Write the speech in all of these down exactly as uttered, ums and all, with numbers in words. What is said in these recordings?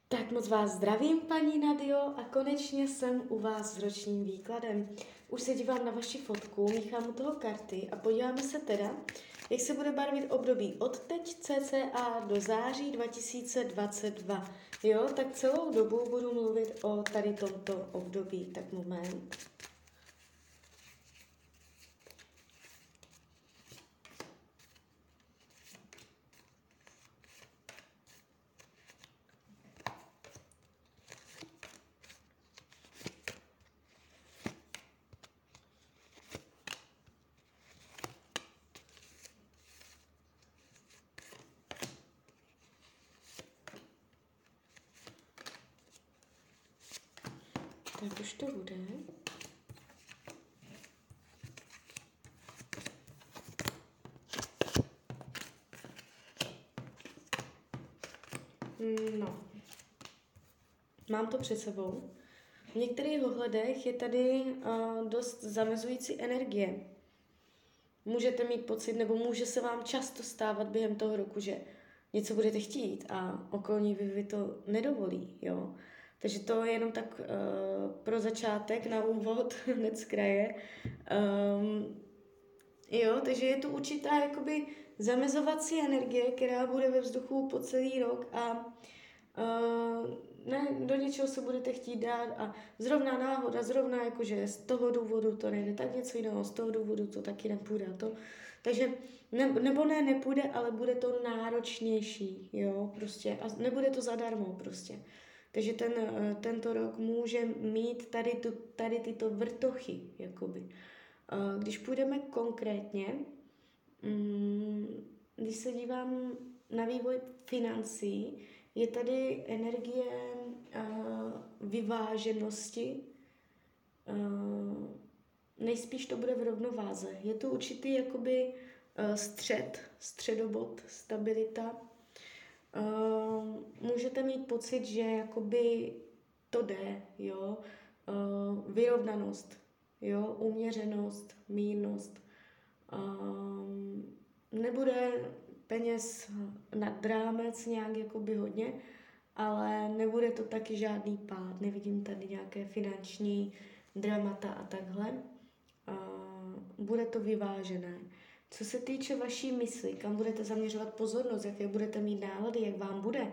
Tak moc vás zdravím, paní Nadio, a konečně jsem u vás s ročním výkladem. Už se dívám na vaši fotku, míchám u toho karty a podíváme se teda, jak se bude barvit období od teď cca do září dva tisíce dvacet dva. Jo, tak celou dobu budu mluvit o tady tomto období. Tak moment. Tak už to bude. No, mám to před sebou. V některých ohledech je tady uh, dost zamezující energie. Můžete mít pocit, nebo může se vám často stávat během toho roku, že něco budete chtít a okolní vy to nedovolí, jo. Takže to je jenom tak uh, pro začátek, na úvod, hned z kraje. Um, jo, takže je to určitá jakoby zamezovací energie, která bude ve vzduchu po celý rok a uh, ne, do něčeho se budete chtít dát a zrovna náhoda, zrovna jakože z toho důvodu to nejde, tak něco jiného, z toho důvodu to taky nepůjde. To. Takže ne, nebo ne, nepůjde, ale bude to náročnější, jo, prostě a nebude to zadarmo prostě. Takže ten, tento rok může mít tady, tu, tady tyto vrtochy, jakoby. Když půjdeme konkrétně, když se dívám na vývoj financí, je tady energie vyváženosti, nejspíš to bude v rovnováze. Je to určitý jakoby střed, středobod, stabilita. Můžete mít pocit, že jakoby to jde, jo, vyrovnanost, jo, uměřenost, mírnost. Nebude peněz nad rámec nějak jakoby hodně, ale nebude to taky žádný pád, nevidím tady nějaké finanční dramata a takhle. Bude to vyvážené. Co se týče vaší mysli, kam budete zaměřovat pozornost, jaké budete mít nálady, jak vám bude,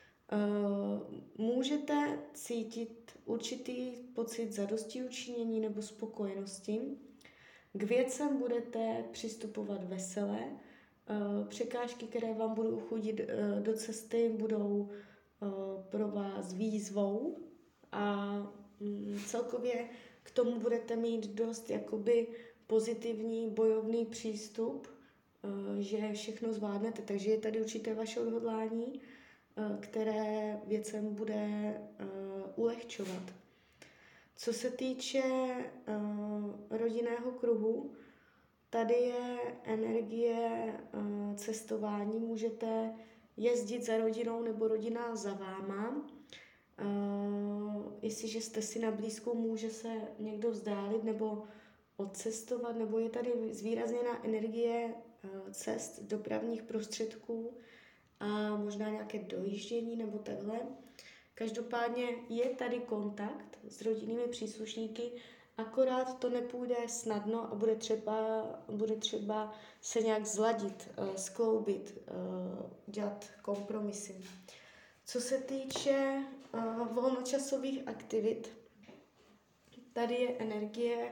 můžete cítit určitý pocit zadostiučinění nebo spokojenosti. K věcem budete přistupovat veselé. Překážky, které vám budou chodit do cesty, budou pro vás výzvou a celkově k tomu budete mít dost jakoby pozitivní bojovný přístup, že všechno zvládnete. Takže je tady určité vaše odhodlání, které věcem bude ulehčovat. Co se týče rodinného kruhu, tady je energie cestování. Můžete jezdit za rodinou nebo rodina za váma. Jestliže jste si na blízku, může se někdo vzdálit nebo odcestovat, nebo je tady zvýrazněná energie cest, dopravních prostředků a možná nějaké dojíždění nebo takhle. Každopádně je tady kontakt s rodinnými příslušníky, akorát to nepůjde snadno a bude třeba, bude třeba se nějak zladit, skloubit, dělat kompromisy. Co se týče volnočasových aktivit, tady je energie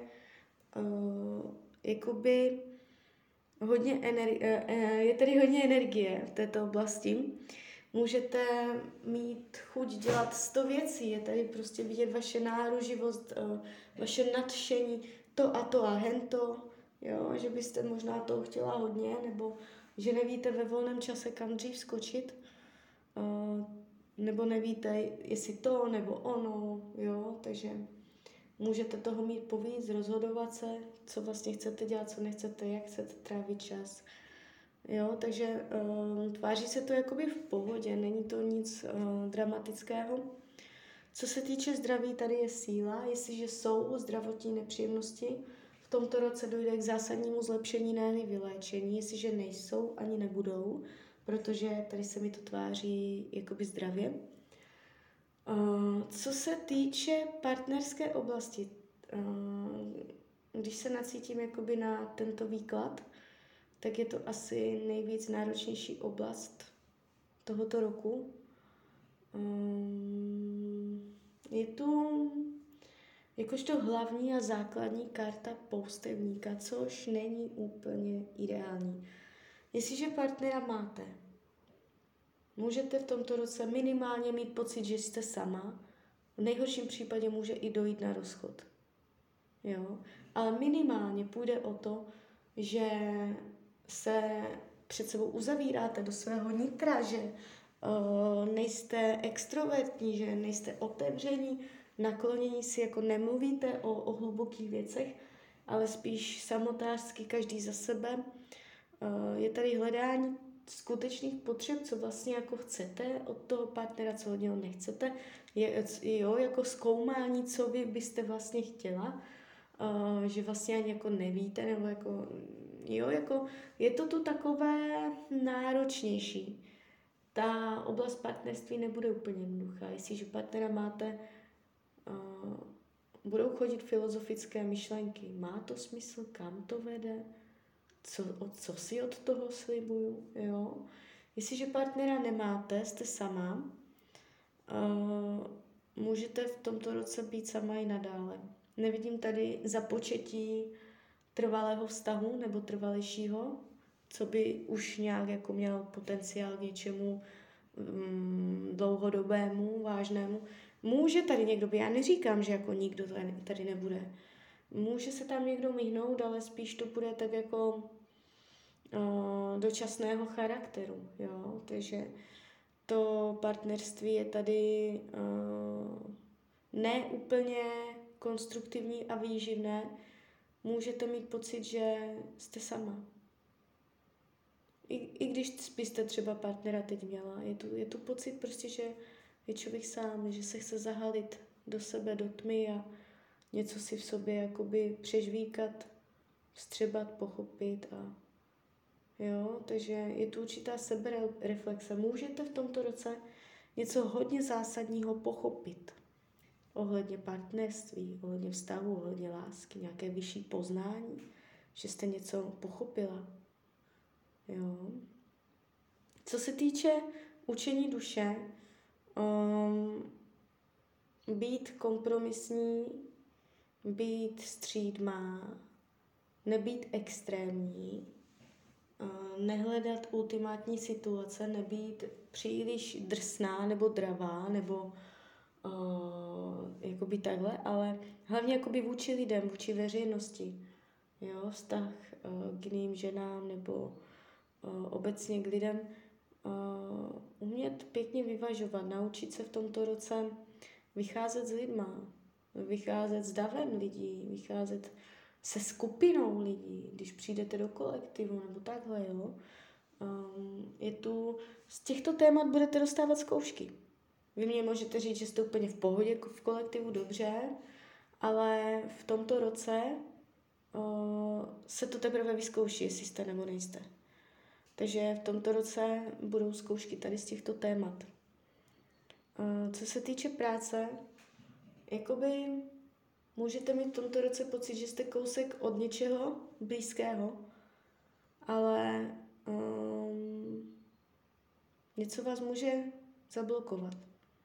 jakoby hodně energie, je tady hodně energie v této oblasti. Můžete mít chuť dělat sto věcí, je tady prostě vidět vaše náruživost, vaše nadšení, to a to a hento, jo, že byste možná toho chtěla hodně, nebo že nevíte ve volném čase kam dřív skočit, nebo nevíte, jestli to nebo ono, jo, takže můžete toho mít povíc, rozhodovat se, co vlastně chcete dělat, co nechcete, jak chcete trávit čas. Jo, takže uh, tváří se to jakoby v pohodě, není to nic uh, dramatického. Co se týče zdraví, tady je síla. Jestliže jsou zdravotní nepříjemnosti, v tomto roce dojde k zásadnímu zlepšení, ne-li vyléčení. Jestliže nejsou, ani nebudou, protože tady se mi to tváří jakoby zdravě. Uh, co se týče partnerské oblasti, uh, když se nacítím jakoby na tento výklad, tak je to asi nejvíc náročnější oblast tohoto roku. Um, je tu jakožto hlavní a základní karta poustevníka, což není úplně ideální. Jestliže partnera máte, můžete v tomto roce minimálně mít pocit, že jste sama. V nejhorším případě může i dojít na rozchod. Jo? Ale minimálně půjde o to, že se před sebou uzavíráte do svého nitra, že uh, nejste extrovertní, že nejste otevření, naklonění si, jako nemluvíte o, o hlubokých věcech, ale spíš samotářsky každý za sebe. Uh, je tady hledání skutečných potřeb, co vlastně jako chcete od toho partnera, co od něho nechcete. Je, jo, jako zkoumání, co vy byste vlastně chtěla, uh, že vlastně ani jako nevíte, nebo jako, jo, jako je to tu takové náročnější. Ta oblast partnerství nebude úplně jednoduchá. Jestliže partnera máte, uh, budou chodit filozofické myšlenky. Má to smysl? Kam to vede? Co, co si od toho slibuju, jo. Jestliže partnera nemáte, jste sama, uh, můžete v tomto roce být sama i nadále. Nevidím tady započetí trvalého vztahu nebo trvalejšího, co by už nějak jako měl potenciál k něčemu um, dlouhodobému, vážnému. Může tady někdo být, já neříkám, že jako nikdo tady, tady nebude. Může se tam někdo myhnout, ale spíš to bude tak jako uh, dočasného charakteru, jo, takže to partnerství je tady uh, ne úplně konstruktivní a výživné. Můžete mít pocit, že jste sama. I, i když byste třeba partnera teď měla, je tu, je tu pocit prostě, že je člověk sám, že se chce zahalit do sebe, do tmy a něco si v sobě jakoby přežvíkat, vstřebat, pochopit a jo, takže je tu určitá sebereflexe. Můžete v tomto roce něco hodně zásadního pochopit ohledně partnerství, ohledně vztahu, ohledně lásky, nějaké vyšší poznání, že jste něco pochopila. Jo. Co se týče učení duše, um, být kompromisní, být střídmá, nebýt extrémní, nehledat ultimátní situace, nebýt příliš drsná nebo dravá, nebo uh, jakoby takhle, ale hlavně jakoby vůči lidem, vůči veřejnosti. Jo, vztah uh, k jiným ženám nebo uh, obecně k lidem. Uh, umět pěkně vyvažovat, naučit se v tomto roce vycházet s lidma, vycházet s davem lidí, vycházet se skupinou lidí, když přijdete do kolektivu nebo takhle, jo. Um, je tu, z těchto témat budete dostávat zkoušky. Vy mě můžete říct, že jste úplně v pohodě v kolektivu, dobře, ale v tomto roce uh, se to teprve vyzkouší, jestli jste nebo nejste. Takže v tomto roce budou zkoušky tady z těchto témat. Uh, co se týče práce, jakoby můžete mít v tomto roce pocit, že jste kousek od něčeho blízkého, ale um, něco vás může zablokovat.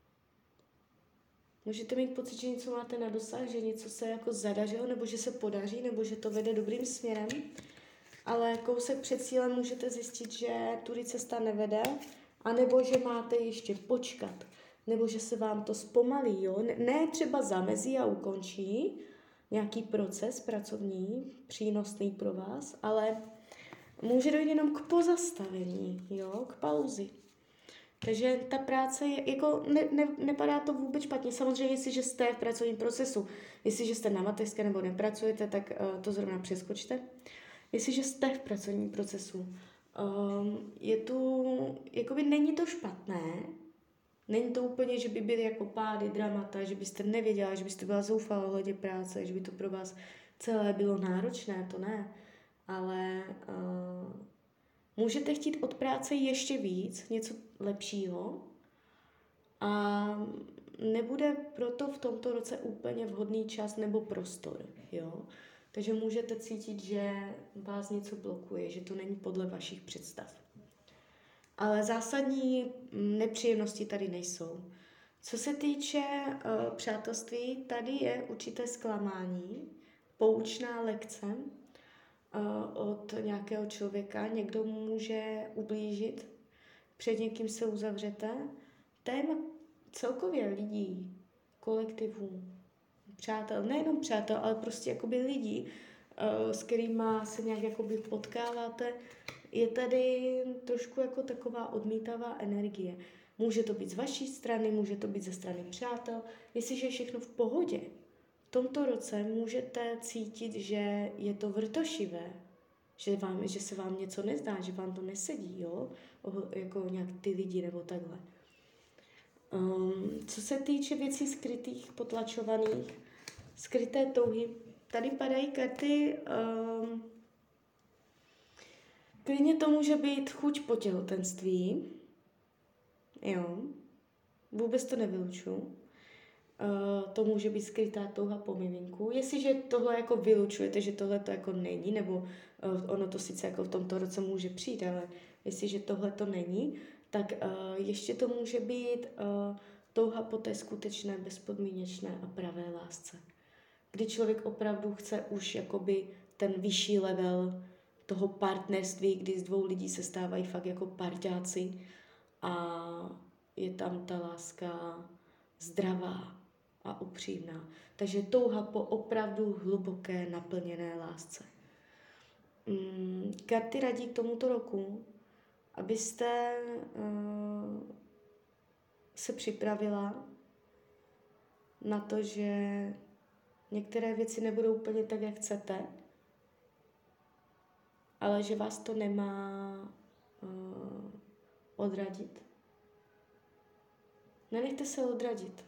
Můžete mít pocit, že něco máte na dosah, že něco se jako zadařilo, nebo že se podaří, nebo že to vede dobrým směrem, ale kousek před cílem můžete zjistit, že tudy cesta nevede, anebo že máte ještě počkat, nebo že se vám to zpomalí, jo? Ne třeba zamezí a ukončí nějaký proces pracovní, přínosný pro vás, ale může dojít jenom k pozastavení, jo? K pauzi. Takže ta práce je, jako ne, ne, nepadá to vůbec špatně. Samozřejmě, jestliže jste v pracovním procesu, jestliže jste na mateřské nebo nepracujete, tak uh, to zrovna přeskočte. Jestliže jste v pracovním procesu, um, je tu, jakoby není to špatné, není to úplně, že by byly jako pády, dramata, že byste nevěděla, že byste byla zoufalá ohledně práce, že by to pro vás celé bylo náročné, to ne. Ale uh, můžete chtít od práce ještě víc, něco lepšího a nebude proto v tomto roce úplně vhodný čas nebo prostor, jo. Takže můžete cítit, že vás něco blokuje, že to není podle vašich představ. Ale zásadní nepříjemnosti tady nejsou. Co se týče uh, přátelství, tady je určité zklamání, poučná lekce uh, od nějakého člověka. Někdo může ublížit, před někým se uzavřete. Téma celkově lidí, kolektivů, přátel, nejenom přátel, ale prostě jakoby lidí, uh, s kterými se nějak jakoby potkáváte, je tady trošku jako taková odmítavá energie. Může to být z vaší strany, může to být ze strany přátel. Jestliže je všechno v pohodě, v tomto roce můžete cítit, že je to vrtošivé, že, vám, že se vám něco nezdá, že vám to nesedí, jo? Jako nějak ty lidi nebo takhle. Um, co se týče věcí skrytých, potlačovaných, skryté touhy, tady padají karty, um, klidně to může být chuť po těhotenství, jo, vůbec to nevylučuju. Uh, to může být skrytá touha po miminku. Jestliže tohle jako vylučujete, že tohle to jako není, nebo uh, ono to sice jako v tomto roce může přijít, ale jestliže tohle to není, tak uh, ještě to může být uh, touha po té skutečné, bezpodmínečné a pravé lásce. Kdy člověk opravdu chce už jakoby ten vyšší level toho partnerství, kdy z dvou lidí se stávají fakt jako parťáci a je tam ta láska zdravá a upřímná. Takže touha po opravdu hluboké, naplněné lásce. Mm, karty radí k tomuto roku, abyste uh, se připravila na to, že některé věci nebudou úplně tak, jak chcete, ale že vás to nemá uh, odradit. Nenechte se odradit.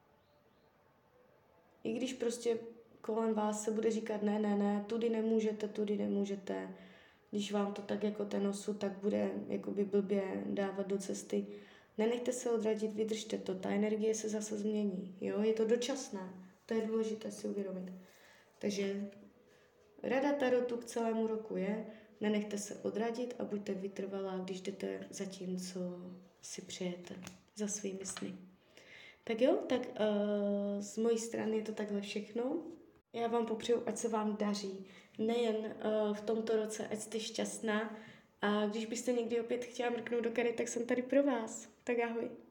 I když prostě kolem vás se bude říkat ne, ne, ne, tudy nemůžete, tudy nemůžete, když vám to tak jako ten osud tak bude jakoby blbě dávat do cesty, nenechte se odradit, vydržte to, ta energie se zase změní, jo, je to dočasné, to je důležité si uvědomit. Takže rada tarotu k celému roku je, nenechte se odradit a buďte vytrvalá, když jdete za tím, co si přejete, za svými sny. Tak jo, tak uh, z mojí strany je to takhle všechno. Já vám popřeju, ať se vám daří, nejen uh, v tomto roce, ať jste šťastná, a když byste někdy opět chtěla mrknout do karet, tak jsem tady pro vás. Tak ahoj.